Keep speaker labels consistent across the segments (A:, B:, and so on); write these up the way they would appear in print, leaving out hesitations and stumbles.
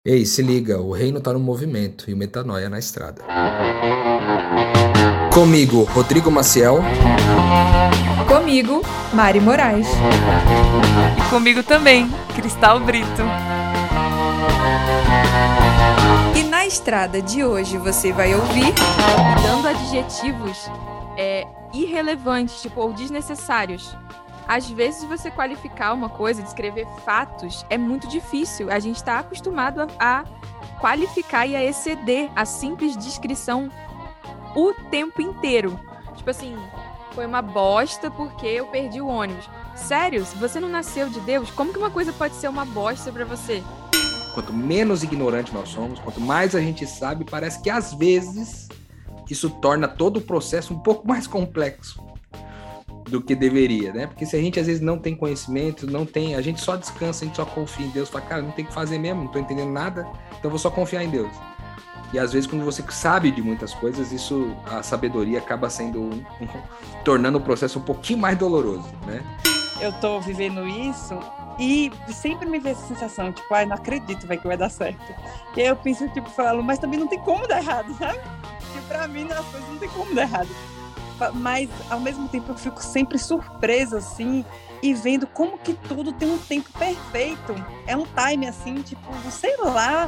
A: Ei, se liga, o reino tá no movimento e o Metanoia na estrada. Comigo, Rodrigo Maciel.
B: Comigo, Mari Moraes.
C: E comigo também, Cristal Brito.
B: E na estrada de hoje você vai ouvir...
C: Dando adjetivos irrelevantes, ou desnecessários. Às vezes você qualificar uma coisa, descrever fatos, é muito difícil. A gente está acostumado a qualificar e a exceder a simples descrição o tempo inteiro. Tipo assim, foi uma bosta porque eu perdi o ônibus. Sério? Se você não nasceu de Deus, como que uma coisa pode ser uma bosta pra você?
A: Quanto menos ignorante nós somos, quanto mais a gente sabe, parece que às vezes isso torna todo o processo um pouco mais complexo do que deveria, né? Porque se a gente às vezes não tem conhecimento, a gente só descansa, a gente só confia em Deus, fala, cara, não tem o que fazer mesmo, não tô entendendo nada, então eu vou só confiar em Deus. E às vezes quando você sabe de muitas coisas, a sabedoria acaba sendo tornando o processo um pouquinho mais doloroso, né?
D: Eu tô vivendo isso e sempre me vejo essa sensação, não acredito, que vai dar certo. E aí eu penso, falo, mas também não tem como dar errado, sabe? E pra mim as coisas não tem como dar errado. Mas ao mesmo tempo eu fico sempre surpresa, assim, e vendo como que tudo tem um tempo perfeito. É um time, assim, sei lá.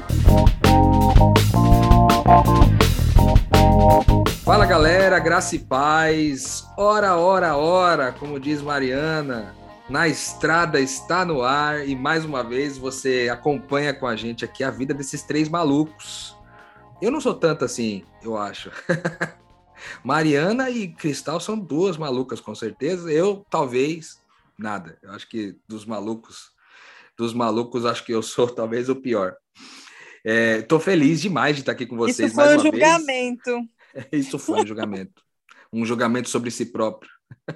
A: Fala galera, graça e paz, ora, como diz Mariana, na estrada está no ar e mais uma vez você acompanha com a gente aqui a vida desses três malucos. Eu não sou tanto assim, eu acho. Mariana e Cristal são duas malucas com certeza, eu talvez nada, eu acho que dos malucos acho que eu sou talvez o pior. Tô feliz demais de estar aqui com vocês mais uma vez. Isso foi um julgamento sobre si próprio.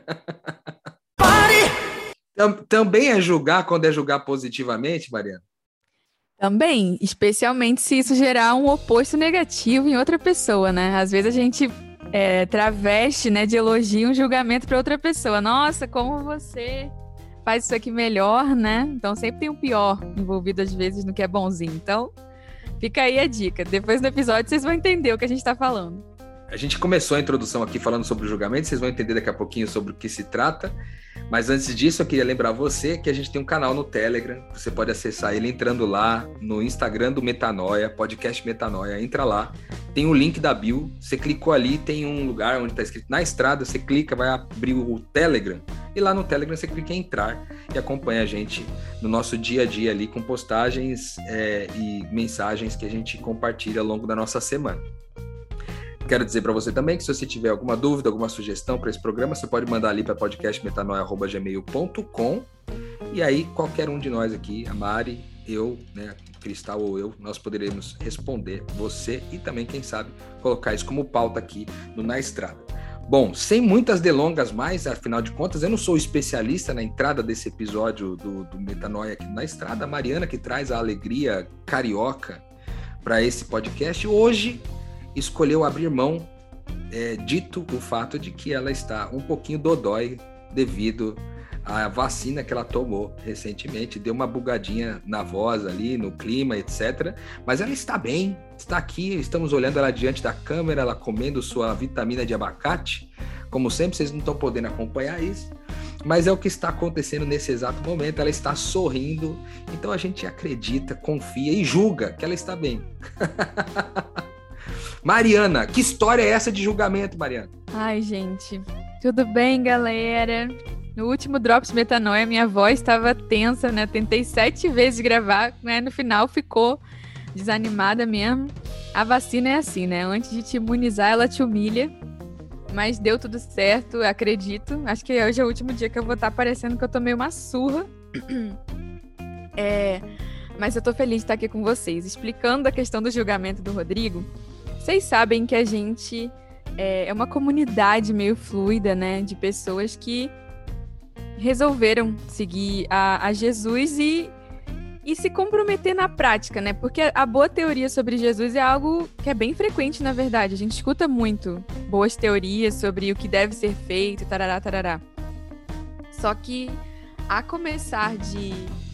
A: Também é julgar quando é julgar positivamente, Mariana?
C: Também, especialmente se isso gerar um oposto negativo em outra pessoa, né? Às vezes a gente traveste, né, de elogio um julgamento para outra pessoa. Nossa, como você faz isso aqui melhor, né? Então sempre tem um pior envolvido às vezes no que é bonzinho. Então, fica aí a dica. Depois do episódio vocês vão entender o que a gente está falando.
A: A gente começou a introdução aqui falando sobre o julgamento, vocês vão entender daqui a pouquinho sobre o que se trata. Mas antes disso, eu queria lembrar você que a gente tem um canal no Telegram, você pode acessar ele entrando lá no Instagram do Metanoia, podcast Metanoia, entra lá, tem o link da bio, você clicou ali, tem um lugar onde está escrito na estrada, você clica, vai abrir o Telegram, e lá no Telegram você clica em entrar e acompanha a gente no nosso dia a dia ali com postagens e mensagens que a gente compartilha ao longo da nossa semana. Quero dizer para você também que se você tiver alguma dúvida, alguma sugestão para esse programa, você pode mandar ali para podcastmetanoia@gmail.com e aí qualquer um de nós aqui, a Mari, eu, né, Cristal ou eu, nós poderemos responder você e também, quem sabe, colocar isso como pauta aqui no Na Estrada. Bom, sem muitas delongas mais, afinal de contas, eu não sou especialista na entrada desse episódio do Metanoia aqui na Estrada, a Mariana que traz a alegria carioca para esse podcast, hoje escolheu abrir mão, dito o fato de que ela está um pouquinho dodói devido à vacina que ela tomou recentemente, deu uma bugadinha na voz ali, no clima, etc. Mas ela está bem, está aqui, estamos olhando ela diante da câmera, ela comendo sua vitamina de abacate, como sempre, vocês não estão podendo acompanhar isso, mas é o que está acontecendo nesse exato momento, ela está sorrindo, então a gente acredita, confia e julga que ela está bem. Mariana, que história é essa de julgamento, Mariana?
C: Ai, gente, tudo bem, galera? No último Drops Metanoia, minha voz estava tensa, né? Tentei 7 vezes gravar, né? No final ficou desanimada mesmo. A vacina é assim, né? Antes de te imunizar, ela te humilha. Mas deu tudo certo, acredito. Acho que hoje é o último dia que eu vou estar parecendo que eu tomei uma surra. Mas eu tô feliz de estar aqui com vocês, explicando a questão do julgamento do Rodrigo. Vocês sabem que a gente é uma comunidade meio fluida, né? De pessoas que resolveram seguir a Jesus e se comprometer na prática, né? Porque a boa teoria sobre Jesus é algo que é bem frequente, na verdade. A gente escuta muito boas teorias sobre o que deve ser feito, tarará, tarará. Só que, a começar de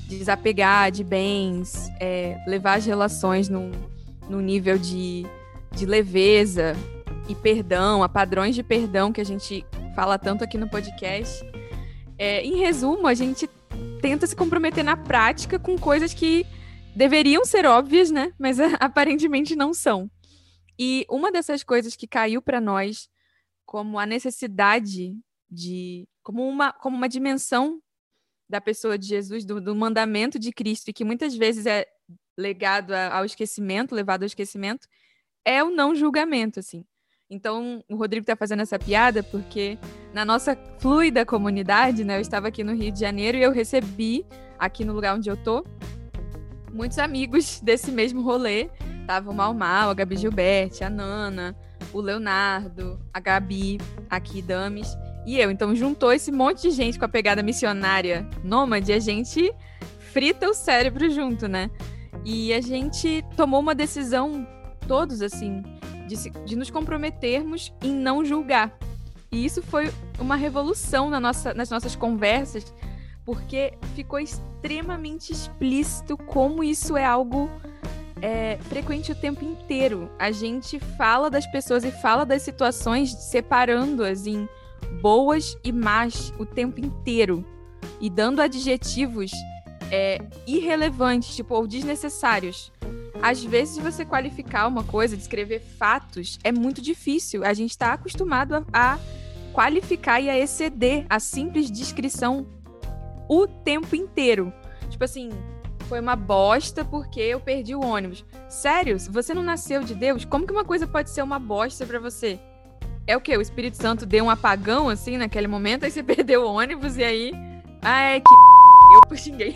C: desapegar de bens, levar as relações num nível de leveza e perdão, a padrões de perdão que a gente fala tanto aqui no podcast. Em resumo, a gente tenta se comprometer na prática com coisas que deveriam ser óbvias, né? Mas aparentemente não são. E uma dessas coisas que caiu para nós como a necessidade como uma dimensão da pessoa de Jesus, do mandamento de Cristo, e que muitas vezes é levado ao esquecimento, é o não julgamento, assim. Então, o Rodrigo está fazendo essa piada porque na nossa fluida comunidade, né, eu estava aqui no Rio de Janeiro e eu recebi, aqui no lugar onde eu tô, muitos amigos desse mesmo rolê. Tava o Mal, a Gabi Gilberti, a Nana, o Leonardo, a Gabi, aqui, Dames, e eu. Então, juntou esse monte de gente com a pegada missionária nômade, a gente frita o cérebro junto, né? E a gente tomou uma decisão, todos, assim, de nos comprometermos em não julgar. E isso foi uma revolução nas nossas conversas, porque ficou extremamente explícito como isso é algo frequente o tempo inteiro. A gente fala das pessoas e fala das situações separando-as em boas e más o tempo inteiro e dando adjetivos irrelevantes, ou desnecessários. Às vezes você qualificar uma coisa, descrever fatos, é muito difícil. A gente está acostumado a qualificar e a exceder a simples descrição o tempo inteiro. Tipo assim, foi uma bosta porque eu perdi o ônibus. Sério? Se você não nasceu de Deus, como que uma coisa pode ser uma bosta pra você? É o quê? O Espírito Santo deu um apagão, assim, naquele momento, aí você perdeu o ônibus e aí... eu xinguei.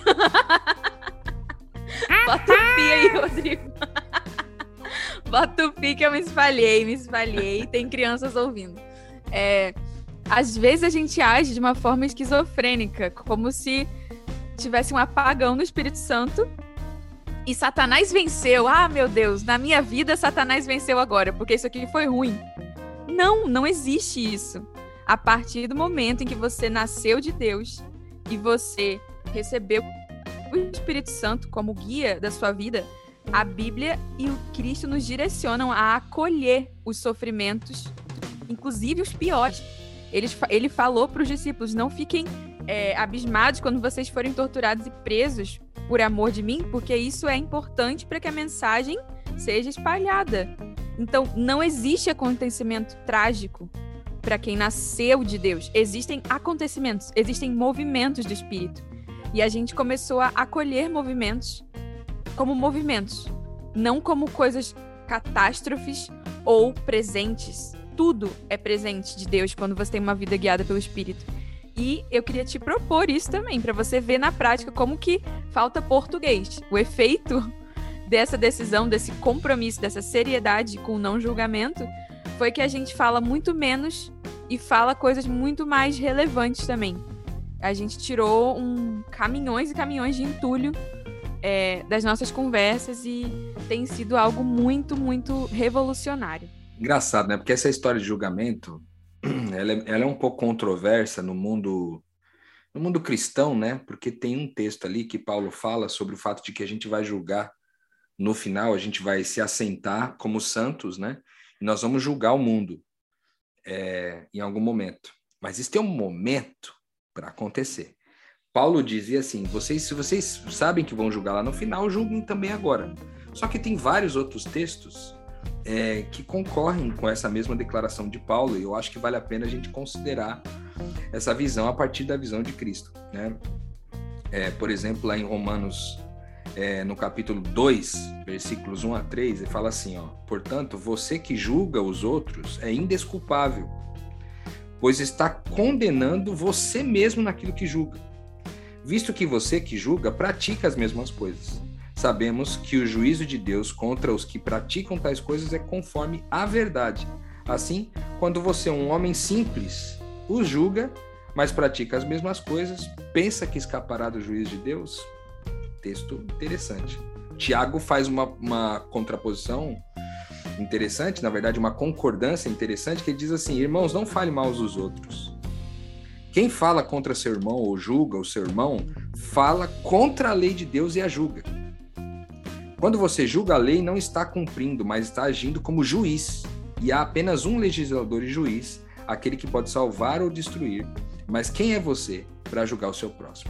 C: Bota o pi aí, Rodrigo. Bota o pi que eu me espalhei. Tem crianças ouvindo. Às vezes a gente age de uma forma esquizofrênica, como se tivesse um apagão no Espírito Santo e Satanás venceu. Ah, meu Deus, na minha vida Satanás venceu agora, porque isso aqui foi ruim. Não existe isso. A partir do momento em que você nasceu de Deus e você recebeu o Espírito Santo como guia da sua vida, a Bíblia e o Cristo nos direcionam a acolher os sofrimentos, inclusive os piores. Ele falou para os discípulos: não fiquem abismados quando vocês forem torturados e presos por amor de mim, porque isso é importante para que a mensagem seja espalhada. Então, não existe acontecimento trágico para quem nasceu de Deus. Existem acontecimentos, existem movimentos do Espírito. E a gente começou a acolher movimentos como movimentos, não como coisas catástrofes ou presentes. Tudo é presente de Deus quando você tem uma vida guiada pelo Espírito. E eu queria te propor isso também, para você ver na prática como que falta português. O efeito dessa decisão, desse compromisso, dessa seriedade com o não julgamento, foi que a gente fala muito menos e fala coisas muito mais relevantes também. A gente tirou caminhões e caminhões de entulho das nossas conversas e tem sido algo muito, muito revolucionário.
A: Engraçado, né? Porque essa história de julgamento, ela é um pouco controversa no mundo cristão, né? Porque tem um texto ali que Paulo fala sobre o fato de que a gente vai julgar no final, a gente vai se assentar como santos, né? E nós vamos julgar o mundo em algum momento. Mas isso tem um momento para acontecer. Paulo dizia assim: se vocês sabem que vão julgar lá no final, julguem também agora. Só que tem vários outros textos que concorrem com essa mesma declaração de Paulo, e eu acho que vale a pena a gente considerar essa visão a partir da visão de Cristo, né? Por exemplo, lá em Romanos, no capítulo 2, versículos 1 a 3, ele fala assim, portanto, você que julga os outros é indesculpável, pois está condenando você mesmo naquilo que julga, visto que você que julga pratica as mesmas coisas. Sabemos que o juízo de Deus contra os que praticam tais coisas é conforme a verdade. Assim, quando você, um homem simples, os julga, mas pratica as mesmas coisas, pensa que escapará do juízo de Deus? Texto interessante. Tiago faz uma contraposição interessante, na verdade uma concordância interessante, que ele diz assim: irmãos, não fale mal uns dos outros. Quem fala contra seu irmão ou julga o seu irmão, fala contra a lei de Deus e a julga. Quando você julga a lei, não está cumprindo, mas está agindo como juiz. E há apenas um legislador e juiz, aquele que pode salvar ou destruir. Mas quem é você para julgar o seu próximo?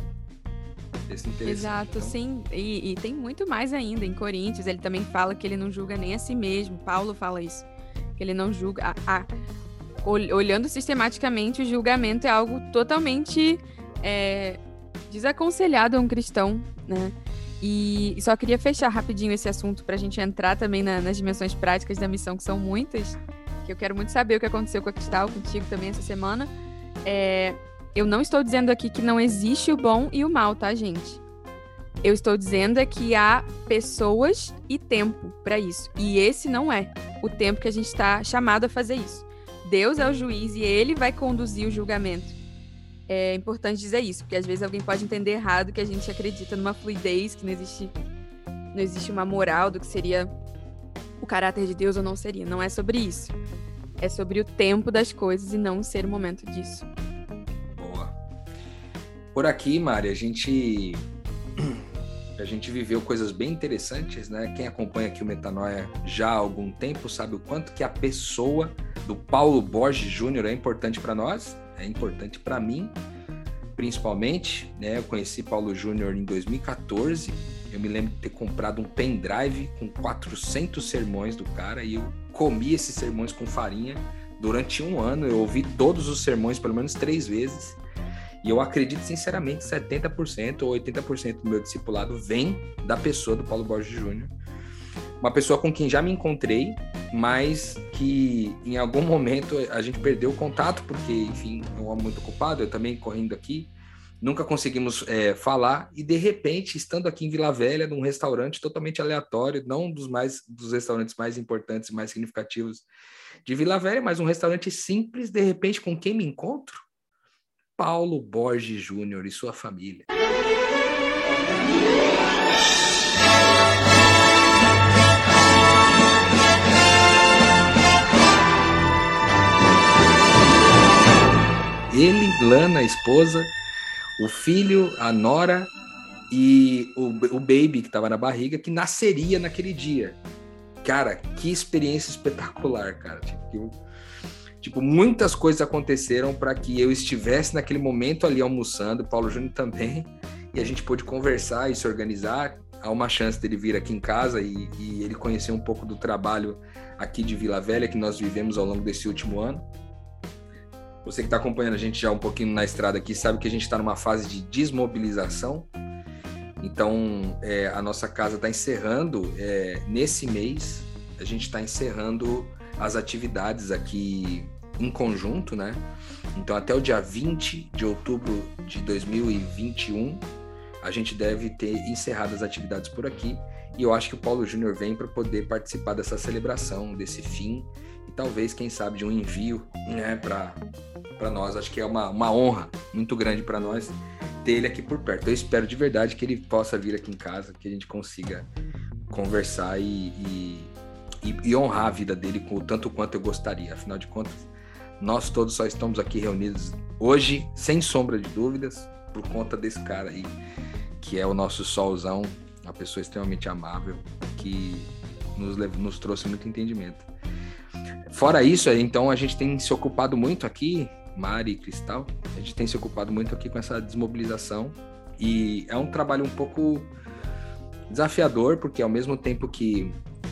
C: Exato, então... sim. E tem muito mais ainda. Em Coríntios, ele também fala que ele não julga nem a si mesmo. Paulo fala isso, que ele não julga. Olhando sistematicamente, o julgamento é algo totalmente desaconselhado a um cristão, né? E só queria fechar rapidinho esse assunto para a gente entrar também nas dimensões práticas da missão, que são muitas, que eu quero muito saber o que aconteceu com a Cristal, contigo também essa semana. Eu não estou dizendo aqui que não existe o bom e o mal, tá, gente? Eu estou dizendo que há pessoas e tempo para isso. E esse não é o tempo que a gente está chamado a fazer isso. Deus é o juiz e ele vai conduzir o julgamento. É importante dizer isso, porque às vezes alguém pode entender errado que a gente acredita numa fluidez, que não existe uma moral do que seria o caráter de Deus ou não seria. Não é sobre isso. É sobre o tempo das coisas e não ser o momento disso.
A: Boa. Por aqui, Mari, a gente viveu coisas bem interessantes, né? Quem acompanha aqui o Metanoia já há algum tempo sabe o quanto que a pessoa do Paulo Borges Júnior é importante para nós. É importante para mim, principalmente, né? Eu conheci Paulo Júnior em 2014, eu me lembro de ter comprado um pendrive com 400 sermões do cara e eu comi esses sermões com farinha durante um ano, eu ouvi todos os sermões pelo menos 3 vezes e eu acredito sinceramente 70% ou 80% do meu discipulado vem da pessoa do Paulo Borges Júnior. Uma pessoa com quem já me encontrei, mas que em algum momento a gente perdeu o contato, porque, enfim, é um homem muito ocupado, eu também correndo aqui, nunca conseguimos falar, e de repente, estando aqui em Vila Velha, num restaurante totalmente aleatório, não dos restaurantes mais importantes e mais significativos de Vila Velha, mas um restaurante simples, de repente, com quem me encontro? Paulo Borges Júnior e sua família. Ele, Lana, a esposa, o filho, a nora e o baby que estava na barriga, que nasceria naquele dia. Cara, que experiência espetacular, cara. Tipo, muitas coisas aconteceram para que eu estivesse naquele momento ali almoçando, o Paulo Júnior também, e a gente pôde conversar e se organizar. Há uma chance dele vir aqui em casa e ele conhecer um pouco do trabalho aqui de Vila Velha que nós vivemos ao longo desse último ano. Você que está acompanhando a gente já um pouquinho na estrada aqui, sabe que a gente está numa fase de desmobilização. Então, a nossa casa está encerrando, nesse mês, a gente está encerrando as atividades aqui em conjunto, né? Então, até o dia 20 de outubro de 2021, a gente deve ter encerrado as atividades por aqui. E eu acho que o Paulo Júnior vem para poder participar dessa celebração, desse fim, e talvez, quem sabe, de um envio, né, para nós. Acho que é uma honra muito grande para nós ter ele aqui por perto. Eu espero de verdade que ele possa vir aqui em casa, que a gente consiga conversar e honrar a vida dele com o tanto quanto eu gostaria. Afinal de contas, nós todos só estamos aqui reunidos hoje, sem sombra de dúvidas, por conta desse cara aí, que é o nosso solzão, uma pessoa extremamente amável, que nos trouxe muito entendimento. Fora isso, então, a gente tem se ocupado muito aqui, Mari e Cristal, a gente tem se ocupado muito aqui com essa desmobilização, e é um trabalho um pouco desafiador, porque ao mesmo tempo que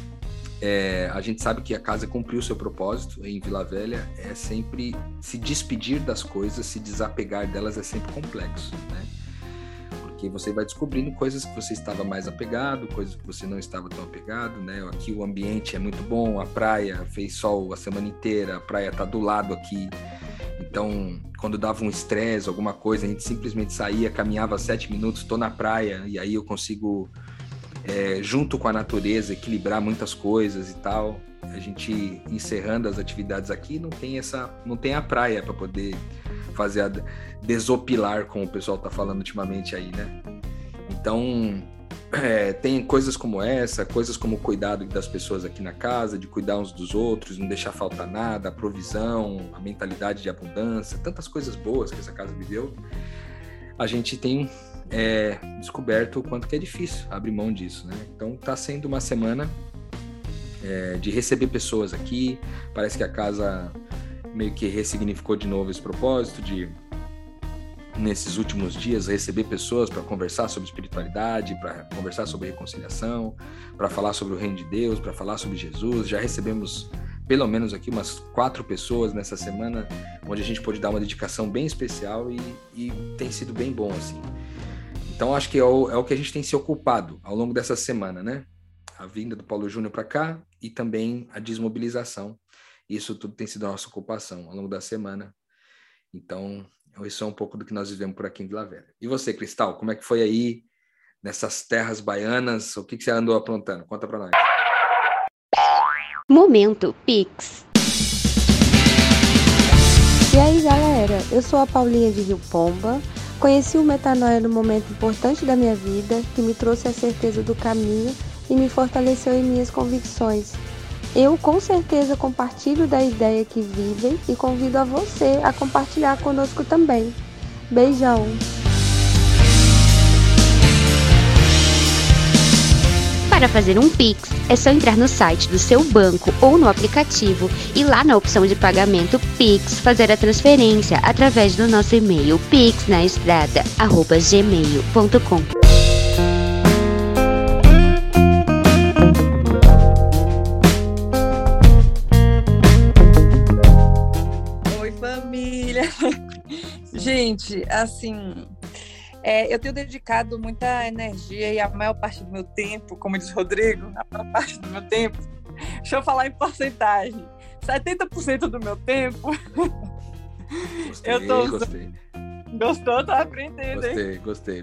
A: a gente sabe que a casa cumpriu o seu propósito em Vila Velha, é sempre se despedir das coisas, se desapegar delas é sempre complexo, né? Porque você vai descobrindo coisas que você estava mais apegado, coisas que você não estava tão apegado, né? Aqui o ambiente é muito bom, a praia fez sol a semana inteira, a praia está do lado aqui. Então, quando dava um estresse, alguma coisa, a gente simplesmente saía, caminhava 7 minutos, estou na praia, e aí eu consigo, junto com a natureza, equilibrar muitas coisas e tal. A gente encerrando as atividades aqui, não tem a praia para poder fazer desopilar, como o pessoal está falando ultimamente aí, né? Então, tem coisas como essa, coisas como o cuidado das pessoas aqui na casa, de cuidar uns dos outros, não deixar faltar nada, a provisão, a mentalidade de abundância, tantas coisas boas que essa casa viveu, a gente tem descoberto o quanto que é difícil abrir mão disso, né? Então tá sendo uma semana de receber pessoas aqui, parece que a casa meio que ressignificou de novo esse propósito de, nesses últimos dias, receber pessoas para conversar sobre espiritualidade, para conversar sobre reconciliação, para falar sobre o reino de Deus, para falar sobre Jesus. Já recebemos pelo menos aqui umas 4 pessoas nessa semana, onde a gente pôde dar uma dedicação bem especial e tem sido bem bom, assim. Então, acho que é o que a gente tem se ocupado ao longo dessa semana, né? A vinda do Paulo Júnior para cá e também a desmobilização. Isso tudo tem sido a nossa ocupação ao longo da semana. Então, isso é um pouco do que nós vivemos por aqui em Vila Velha. E você, Cristal, como é que foi aí nessas terras baianas? O que você andou aprontando? Conta para nós.
E: Momento Pix.
F: E aí, galera, eu sou a Paulinha de Rio Pomba. Conheci o Metanoia num momento importante da minha vida, que me trouxe a certeza do caminho e me fortaleceu em minhas convicções. Eu, com certeza, compartilho da ideia que vivem e convido a você a compartilhar conosco também. Beijão!
E: Para fazer um Pix, é só entrar no site do seu banco ou no aplicativo e lá na opção de pagamento Pix, fazer a transferência através do nosso e-mail pixnaestrada@gmail.com.
D: Oi, família! Gente, assim... eu tenho dedicado muita energia e a maior parte do meu tempo, como diz Rodrigo, a maior parte do meu tempo, deixa eu falar em porcentagem, 70% do meu tempo,
A: Gostei.
D: Gostou? Tá aprendendo, hein?
A: Gostei.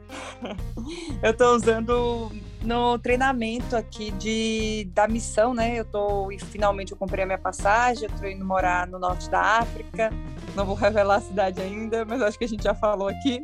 D: Eu tô usando no treinamento aqui da missão, né? Finalmente eu comprei a minha passagem, eu tô indo morar no norte da África, não vou revelar a cidade ainda, mas acho que a gente já falou aqui.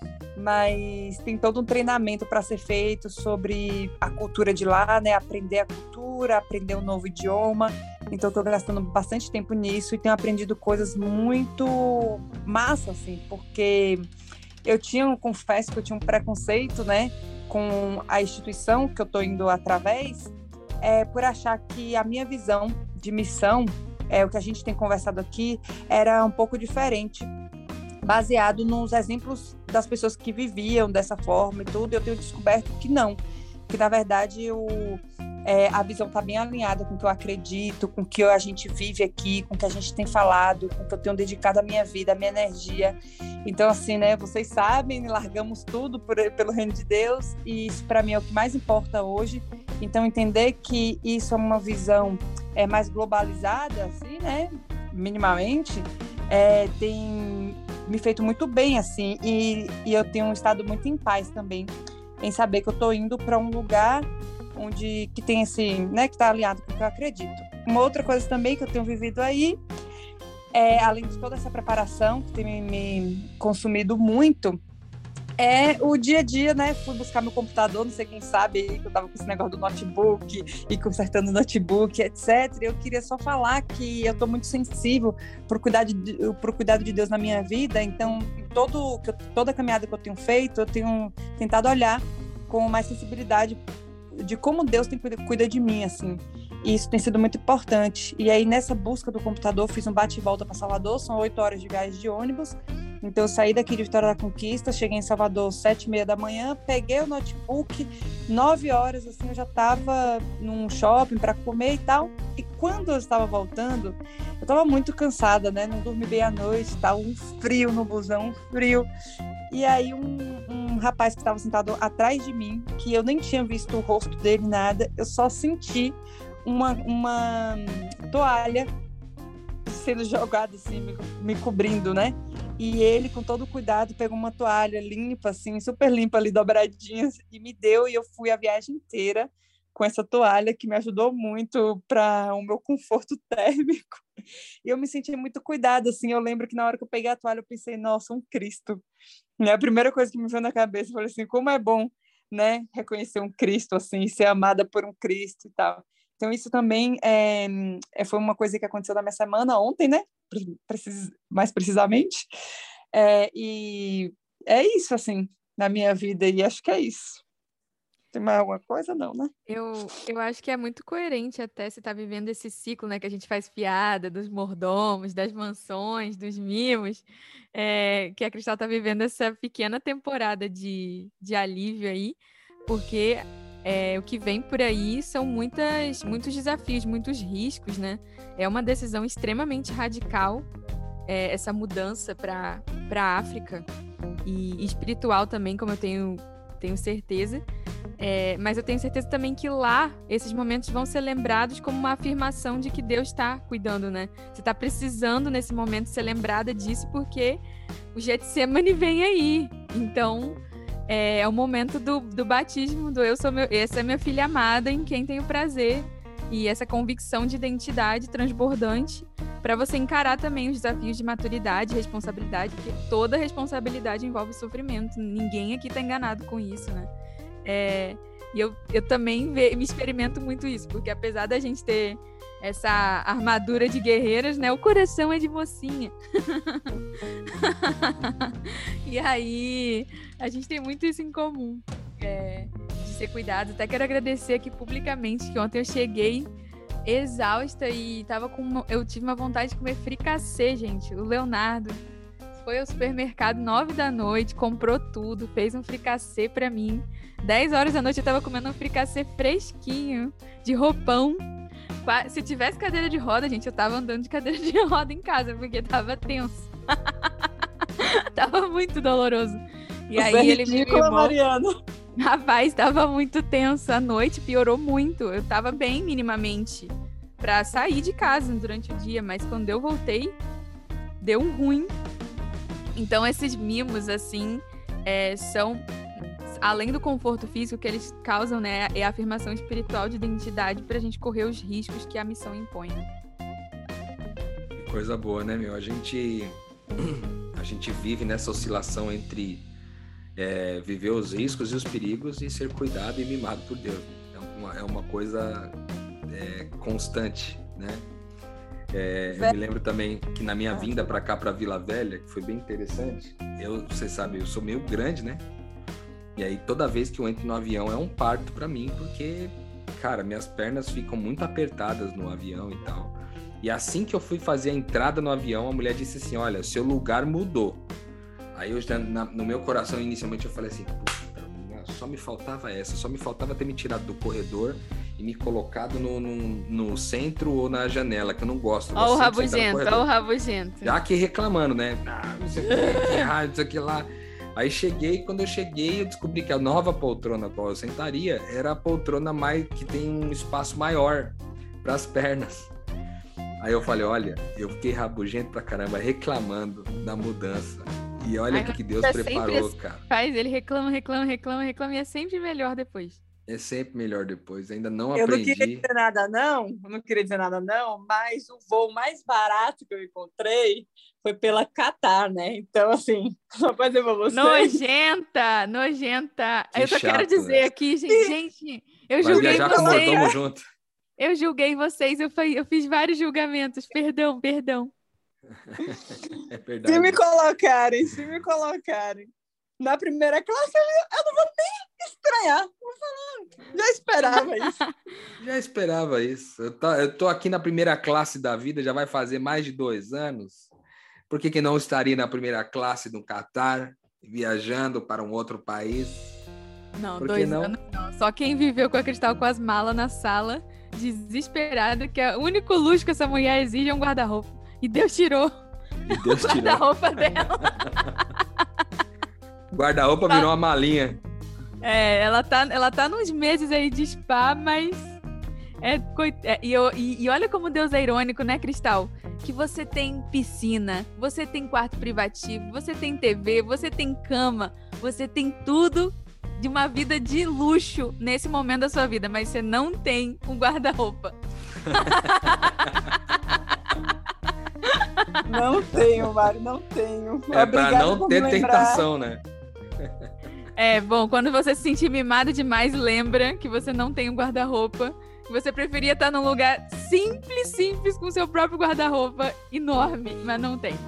D: Mas tem todo um treinamento para ser feito sobre a cultura de lá, né? Aprender a cultura, aprender um novo idioma. Então, estou gastando bastante tempo nisso e tenho aprendido coisas muito massa, assim, porque confesso que eu tinha um preconceito, né, com a instituição que eu estou indo através, por achar que a minha visão de missão, o que a gente tem conversado aqui, era um pouco diferente, baseado nos exemplos das pessoas que viviam dessa forma e tudo. Eu tenho descoberto que não, que na verdade a visão está bem alinhada com o que eu acredito, com o que a gente vive aqui, com o que a gente tem falado, com o que eu tenho dedicado a minha vida, a minha energia. Então, assim, né, vocês sabem, largamos tudo pelo reino de Deus e isso para mim é o que mais importa hoje. Então, entender que isso é uma visão mais globalizada, assim, né, minimamente, tem me feito muito bem, assim, e eu tenho estado muito em paz também, em saber que eu estou indo para um lugar que tem esse, né, que está alinhado com o que eu acredito. Uma outra coisa também que eu tenho vivido aí, além de toda essa preparação que tem me consumido muito, o dia a dia, né? Fui buscar meu computador, não sei quem sabe, que eu tava com esse negócio do notebook e consertando o notebook, etc. Eu queria só falar que eu tô muito sensível pro cuidado de Deus na minha vida. Então, toda a caminhada que eu tenho feito, eu tenho tentado olhar com mais sensibilidade de como Deus cuida de mim, assim. E isso tem sido muito importante. E aí, nessa busca do computador, fiz um bate e volta para Salvador, são 8 horas de viagem de ônibus. Então, eu saí daqui de Vitória da Conquista, cheguei em Salvador 7h30 da manhã, peguei o notebook, 9 horas, assim, eu já estava num shopping para comer e tal. E quando eu estava voltando, eu estava muito cansada, né? Não dormi bem à noite, tá um frio no busão, um frio. E aí, um rapaz que estava sentado atrás de mim, que eu nem tinha visto o rosto dele, nada, eu só senti uma toalha sendo jogada assim, me cobrindo, né? E ele, com todo cuidado, pegou uma toalha limpa, assim, super limpa ali, dobradinha, e me deu, e eu fui a viagem inteira com essa toalha, que me ajudou muito para o meu conforto térmico. E eu me senti muito cuidada, assim. Eu lembro que na hora que eu peguei a toalha, eu pensei, nossa, um Cristo. E a primeira coisa que me veio na cabeça, eu falei assim, como é bom né, reconhecer um Cristo, assim, ser amada por um Cristo e tal. Então, isso também foi uma coisa que aconteceu na minha semana ontem, né, mais precisamente. E é isso, assim, na minha vida, e acho que é isso. Tem mais alguma coisa? Não, né?
C: Eu acho que é muito coerente até você estar vivendo esse ciclo, né? Que a gente faz piada dos mordomos, das mansões, dos mimos, que a Cristal está vivendo essa pequena temporada de alívio aí, porque o que vem por aí são muitos desafios, muitos riscos, né? É uma decisão extremamente radical, essa mudança para a África, e espiritual também, como eu tenho certeza. Mas eu tenho certeza também que lá esses momentos vão ser lembrados como uma afirmação de que Deus está cuidando, né? Você está precisando nesse momento ser lembrada disso porque o Getsemane vem aí. Então é o momento do batismo, essa é minha filha amada em quem tenho prazer, e essa convicção de identidade transbordante para você encarar também os desafios de maturidade e responsabilidade, porque toda responsabilidade envolve sofrimento. Ninguém aqui está enganado com isso, né? E eu também me experimento muito isso, porque apesar da gente ter essa armadura de guerreiras, né, o coração é de mocinha. E aí a gente tem muito isso em comum, de ser cuidado. Até quero agradecer aqui publicamente que ontem eu cheguei exausta e eu tive uma vontade de comer fricassê, gente. O Leonardo foi ao supermercado 9 da noite, comprou tudo, fez um fricassê pra mim. 10 horas da noite eu tava comendo um fricassê fresquinho, de roupão. Se tivesse cadeira de roda, gente, eu tava andando de cadeira de roda em casa, porque tava tenso. Tava muito doloroso. E aí ele me mimou.
D: Mariana.
C: Rapaz, tava muito tenso. A noite piorou muito. Eu tava bem minimamente pra sair de casa durante o dia, mas quando eu voltei, deu um ruim. Então esses mimos, assim, são, além do conforto físico que eles causam, né, é a afirmação espiritual de identidade pra gente correr os riscos que a missão impõe.
A: Que coisa boa, né, meu? A gente vive nessa oscilação entre viver os riscos e os perigos e ser cuidado e mimado por Deus. É uma coisa constante, né? Eu me lembro também que na minha vinda para cá, para Vila Velha, que foi bem interessante, você sabe, eu sou meio grande, né? E aí toda vez que eu entro no avião é um parto para mim, porque, cara, minhas pernas ficam muito apertadas no avião e tal. E assim que eu fui fazer a entrada no avião, a mulher disse assim, olha, seu lugar mudou. Aí eu já, no meu coração, inicialmente eu falei assim, puta, só me faltava ter me tirado do corredor e me colocado no centro ou na janela, que eu não gosto.
C: Ó o rabugento.
A: Já que reclamando, né? Não sei o que errado, não sei o que lá. Aí quando eu cheguei, eu descobri que a nova poltrona na qual eu sentaria era a poltrona que tem um espaço maior para as pernas. Aí eu falei, olha, eu fiquei rabugento pra caramba, reclamando da mudança. E olha o que Deus preparou, cara.
C: Faz, ele reclama, e é sempre melhor depois.
A: É sempre melhor depois, ainda não
D: aprendi.
A: Eu
D: não queria dizer nada não, mas o voo mais barato que eu encontrei foi pela Qatar, né? Então, assim, só pra dizer pra vocês.
C: Nojenta.
A: Que
C: eu só
A: chato,
C: quero dizer aqui, gente, eu julguei vocês.
A: Tamo junto.
C: Eu julguei vocês, eu fiz vários julgamentos, perdão.
A: É verdade.
D: Se me colocarem na primeira classe, eu não vou nem estranhar. Vou falar, já esperava isso.
A: Eu tô aqui na primeira classe da vida, já vai fazer mais de 2 anos. Por que não estaria na primeira classe no Catar, viajando para um outro país?
C: Não, 2 anos não. Só quem viveu com a Cristal com as malas na sala, desesperada, que o único luxo que essa mulher exige é um guarda-roupa. E Deus tirou o guarda-roupa dela.
A: Guarda-roupa virou uma malinha.
C: Ela tá nos meses aí de spa, mas... E olha como Deus é irônico, né, Cristal? Que você tem piscina, você tem quarto privativo, você tem TV, você tem cama, você tem tudo de uma vida de luxo nesse momento da sua vida, mas você não tem um guarda-roupa.
D: Não tenho, Mário, não tenho.
A: Para não ter tentação, né?
C: Bom, quando você se sentir mimado demais, lembra que você não tem um guarda-roupa, que você preferia estar num lugar simples, com seu próprio guarda-roupa enorme, mas não tem.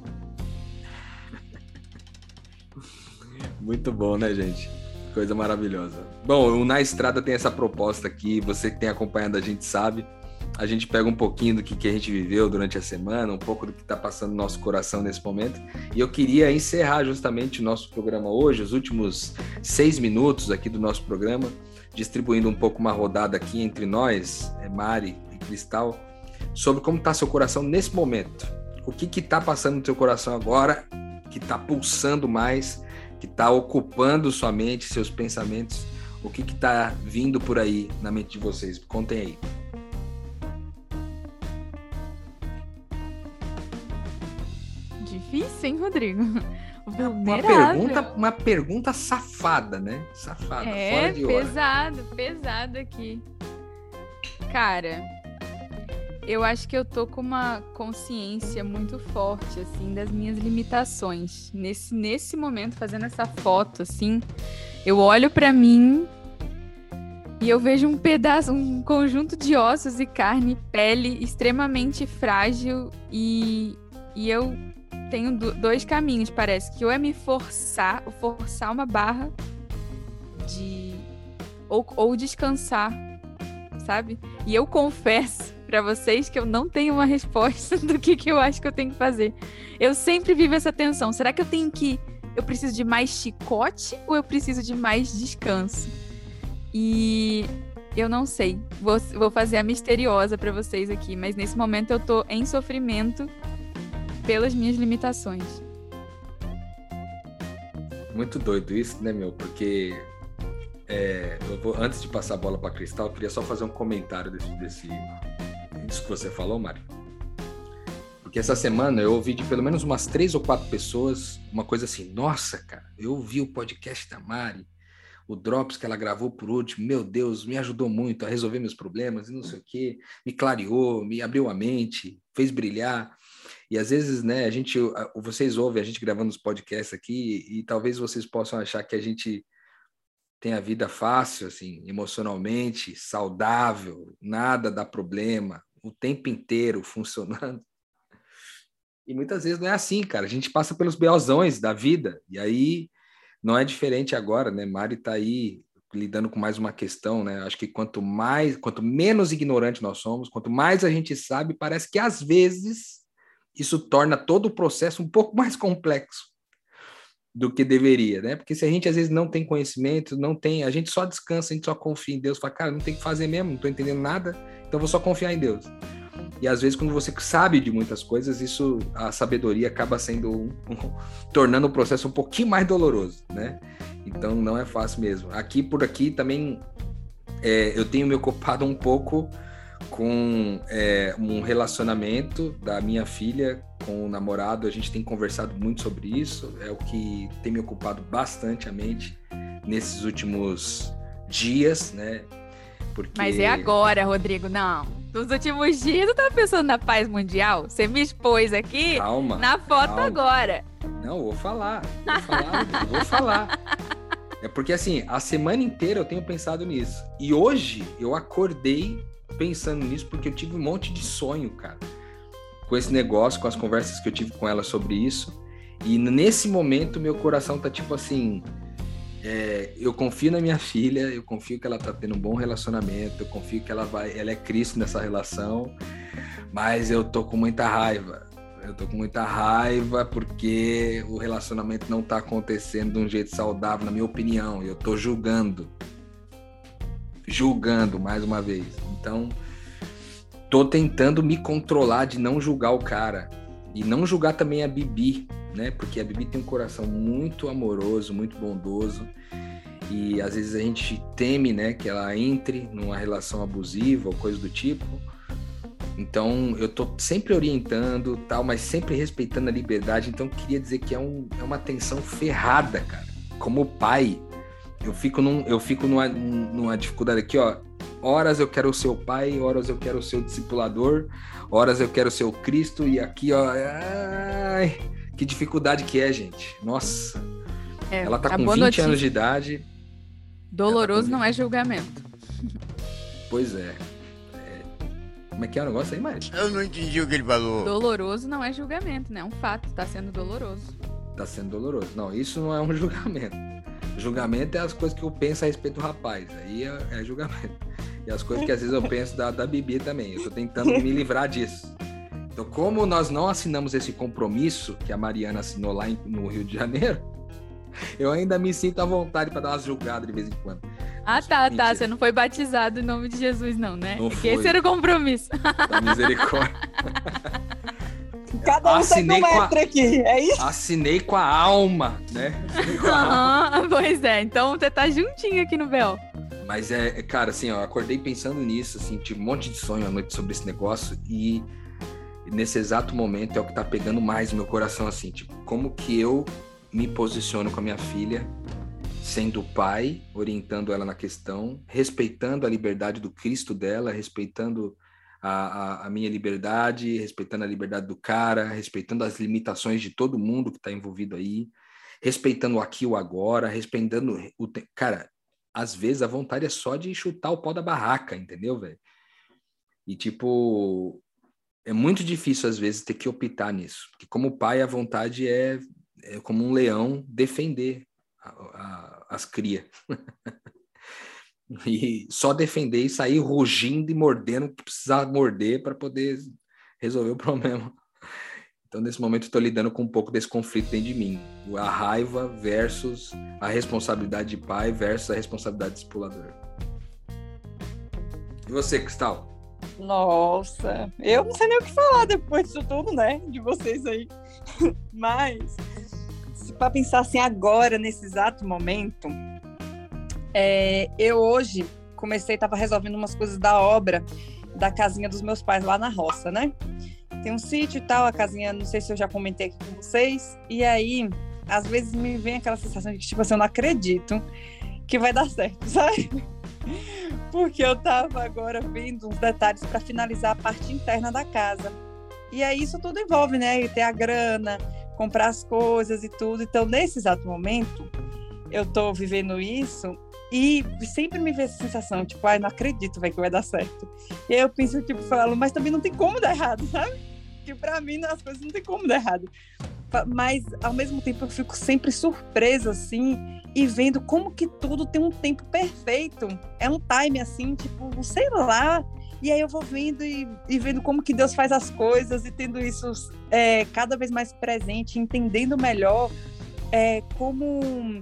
A: Muito bom, né, gente? Coisa maravilhosa. Bom, o Na Estrada tem essa proposta aqui, você que tem acompanhado a gente sabe. A gente pega um pouquinho do que a gente viveu durante a semana, um pouco do que está passando no nosso coração nesse momento. E eu queria encerrar justamente o nosso programa hoje, os últimos 6 minutos aqui do nosso programa, distribuindo um pouco uma rodada aqui entre nós, Mari e Cristal, sobre como está seu coração nesse momento. O que está passando no seu coração agora, que está pulsando mais, que está ocupando sua mente, seus pensamentos, o que está vindo por aí na mente de vocês? Contem aí.
C: Difícil, hein, Rodrigo?
A: Uma pergunta safada, né? Safada, fora de hora.
C: Pesado aqui. Cara, eu acho que eu tô com uma consciência muito forte, assim, das minhas limitações. Nesse momento, fazendo essa foto, assim, eu olho pra mim e eu vejo um conjunto de ossos e carne, pele extremamente frágil e eu tenho 2 caminhos, parece, que ou é me forçar uma barra ou descansar, sabe? E eu confesso pra vocês que eu não tenho uma resposta do que eu acho que eu tenho que fazer. Eu sempre vivo essa tensão. Será que eu preciso de mais chicote ou eu preciso de mais descanso? E eu não sei. Vou fazer a misteriosa pra vocês aqui, mas nesse momento eu tô em sofrimento pelas minhas limitações.
A: Muito doido isso, né, meu? Porque antes de passar a bola para Cristal, eu queria só fazer um comentário disso que você falou, Mari. Porque essa semana eu ouvi de pelo menos umas 3 ou 4 pessoas uma coisa assim: nossa, cara, eu ouvi o podcast da Mari, o Drops que ela gravou por último, meu Deus, me ajudou muito a resolver meus problemas e não sei o quê, me clareou, me abriu a mente, fez brilhar. E às vezes, né, vocês ouvem a gente gravando os podcasts aqui e talvez vocês possam achar que a gente tem a vida fácil, assim, emocionalmente, saudável, nada dá problema, o tempo inteiro funcionando. E muitas vezes não é assim, cara. A gente passa pelos BOzões da vida e aí não é diferente agora, né? Mari tá aí lidando com mais uma questão, né? Acho que quanto menos ignorante nós somos, quanto mais a gente sabe, parece que às vezes isso torna todo o processo um pouco mais complexo do que deveria, né? Porque se a gente às vezes não tem conhecimento, a gente só descansa, a gente só confia em Deus, fala, cara, não tem que fazer mesmo, não tô entendendo nada, então vou só confiar em Deus. E às vezes quando você sabe de muitas coisas, a sabedoria acaba sendo tornando o processo um pouquinho mais doloroso, né? Então não é fácil mesmo. Por aqui também eu tenho me ocupado um pouco com um relacionamento da minha filha com o namorado. A gente tem conversado muito sobre isso, é o que tem me ocupado bastante a mente nesses últimos dias, né? Porque...
C: Mas é agora, Rodrigo, não. Nos últimos dias eu tava pensando na paz mundial, você me expôs aqui na foto agora.
A: Não, vou falar. É porque assim, a semana inteira eu tenho pensado nisso. E hoje eu acordei pensando nisso porque eu tive um monte de sonho, cara, com esse negócio, com as conversas que eu tive com ela sobre isso. E nesse momento meu coração tá tipo assim, eu confio na minha filha, eu confio que ela tá tendo um bom relacionamento, eu confio que ela é Cristo nessa relação, mas eu tô com muita raiva. Eu tô com muita raiva porque o relacionamento não tá acontecendo de um jeito saudável, na minha opinião. Eu tô julgando mais uma vez. Então, tô tentando me controlar de não julgar o cara. E não julgar também a Bibi, né? Porque a Bibi tem um coração muito amoroso, muito bondoso. E às vezes a gente teme, né, que ela entre numa relação abusiva ou coisa do tipo. Então, eu tô sempre orientando, tal, mas sempre respeitando a liberdade. Então, eu queria dizer que é uma tensão ferrada, cara. Como pai, eu fico numa dificuldade aqui, ó. Horas eu quero ser o pai, horas eu quero ser o discipulador, horas eu quero ser o Cristo, e aqui, ó, ai, que dificuldade que é, gente. Nossa. Ela tá
C: a
A: com
C: boa
A: 20
C: notícia-
A: anos de idade.
C: Doloroso não é julgamento.
A: Pois é. Como é que é o negócio aí, Mari?
G: Eu não entendi o que ele falou.
C: Doloroso não é julgamento, né? É um fato, tá sendo doloroso.
A: Tá sendo doloroso. Não, isso não é um julgamento. Julgamento é as coisas que eu penso a respeito do rapaz. Aí é julgamento. E as coisas que às vezes eu penso da Bibi também. Eu tô tentando me livrar disso. Então, como nós não assinamos esse compromisso que a Mariana assinou lá no Rio de Janeiro, eu ainda me sinto à vontade para dar umas julgadas de vez em quando.
C: Ah, tá.
A: Mentira.
C: Você não foi batizado em nome de Jesus, não, né?
A: Não
C: Porque esse
A: fui.
C: era o compromisso.
A: Da misericórdia.
D: Cada um segue
A: Assinei
D: um
A: com a-
D: metro aqui, é isso?
A: Assinei com a alma, né? Assinei com a alma.
C: Aham, pois é. Então você tá juntinho aqui no Bel.
A: Mas cara, assim, ó, eu acordei pensando nisso, assim, tive um monte de sonho à noite sobre esse negócio e nesse exato momento é o que tá pegando mais no meu coração, assim, tipo, como que eu me posiciono com a minha filha, sendo pai, orientando ela na questão, respeitando a liberdade do Cristo dela, respeitando a minha liberdade, respeitando a liberdade do cara, respeitando as limitações de todo mundo que tá envolvido aí, respeitando o aqui e o agora, respeitando cara, às vezes a vontade é só de chutar o pau da barraca, entendeu, velho? E tipo, é muito difícil às vezes ter que optar nisso, porque como pai a vontade é como um leão defender as crias. E só defender e sair rugindo e mordendo o que precisar morder para poder resolver o problema. Então, nesse momento, eu estou lidando com um pouco desse conflito dentro de mim. A raiva versus a responsabilidade de pai versus a responsabilidade de discipulador. E você, Cristal?
D: Nossa, eu não sei nem o que falar depois disso tudo, né? De vocês aí. Mas, para pensar assim agora, nesse exato momento, eu hoje estava resolvendo umas coisas da obra da casinha dos meus pais lá na roça, né? Tem um sítio e tal, a casinha, não sei se eu já comentei aqui com vocês, e aí, às vezes me vem aquela sensação de que, tipo assim, eu não acredito que vai dar certo, sabe? Porque eu tava agora vendo uns detalhes para finalizar a parte interna da casa. E aí isso tudo envolve, né? Ter a grana, comprar as coisas e tudo. Então, nesse exato momento, eu tô vivendo isso e sempre me vem essa sensação, tipo, ai, não acredito, que vai dar certo. E aí eu penso, tipo, falo, mas também não tem como dar errado, sabe? Que pra mim as coisas não tem como dar errado. Mas, ao mesmo tempo, eu fico sempre surpresa, assim, e vendo como que tudo tem um tempo perfeito. É um time, assim, tipo, sei lá. E aí eu vou vendo e vendo como que Deus faz as coisas e tendo isso cada vez mais presente, entendendo melhor como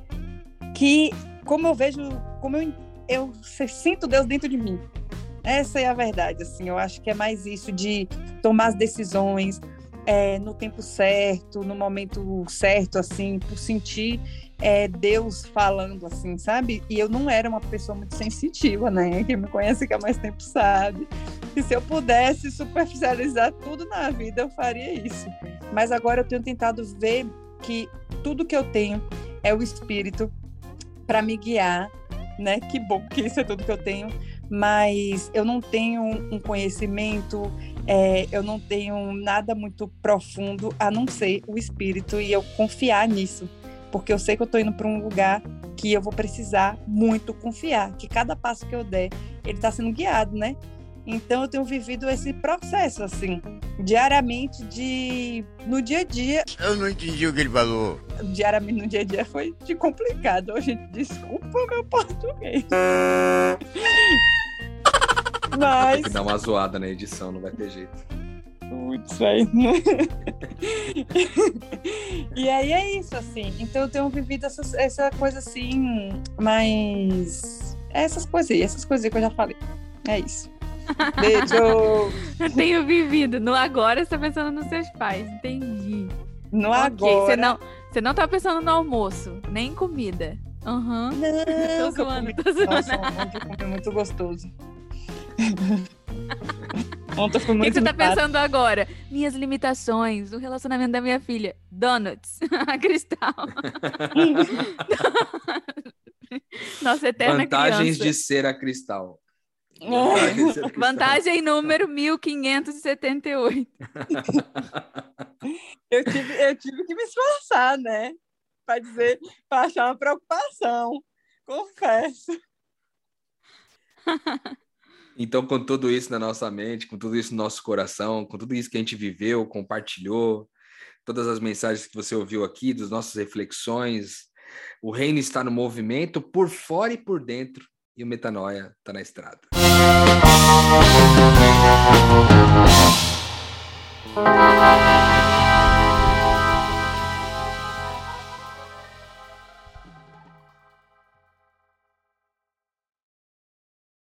D: eu vejo, como eu sinto Deus dentro de mim. Essa é a verdade, assim, eu acho que é mais isso de tomar as decisões no tempo certo, no momento certo, assim, por sentir Deus falando, assim, sabe? E eu não era uma pessoa muito sensitiva, né? Quem me conhece aqui há mais tempo sabe que se eu pudesse superficializar tudo na vida, eu faria isso. Mas agora eu tenho tentado ver que tudo que eu tenho é o Espírito para me guiar, né? Que bom que isso é tudo que eu tenho, mas eu não tenho um conhecimento, eu não tenho nada muito profundo a não ser o Espírito e eu confiar nisso, porque eu sei que eu estou indo para um lugar que eu vou precisar muito confiar, que cada passo que eu der, ele está sendo guiado, né? Então eu tenho vivido esse processo, assim, diariamente, no dia a dia.
G: Eu não entendi o que ele falou.
D: Diariamente, no dia a dia, foi de complicado. Ô, gente, desculpa meu português. Mas...
A: Tem que dar uma zoada na edição, não vai ter jeito.
D: Putz, velho. E aí é isso, assim. Então eu tenho vivido essa coisa, assim, mas... essas coisas aí que eu já falei. É isso. Beijo!
C: Eu tenho vivido. No agora você tá pensando nos seus pais. Entendi.
D: No
C: Ok,
D: agora.
C: Você não tá pensando no almoço, nem em comida. Aham.
D: Não,
C: Tô zoando,
D: que eu
C: tô zoando.
D: Nossa, ontem eu comi muito gostoso. Ontem eu fui
C: O que
D: muito
C: você tá
D: mimada.
C: pensando agora? Minhas limitações, o relacionamento da minha filha. Donuts. A Cristal. Nossa eterna
A: Vantagens
C: criança.
A: de ser a Cristal.
C: Vantagem número 1578.
D: Eu tive que me esforçar, né? para dizer, para achar uma preocupação. Confesso.
A: Então, com tudo isso na nossa mente, com tudo isso no nosso coração, com tudo isso que a gente viveu, compartilhou, todas as mensagens que você ouviu aqui, das nossas reflexões, o reino está no movimento, por fora e por dentro, e o Metanoia está na estrada.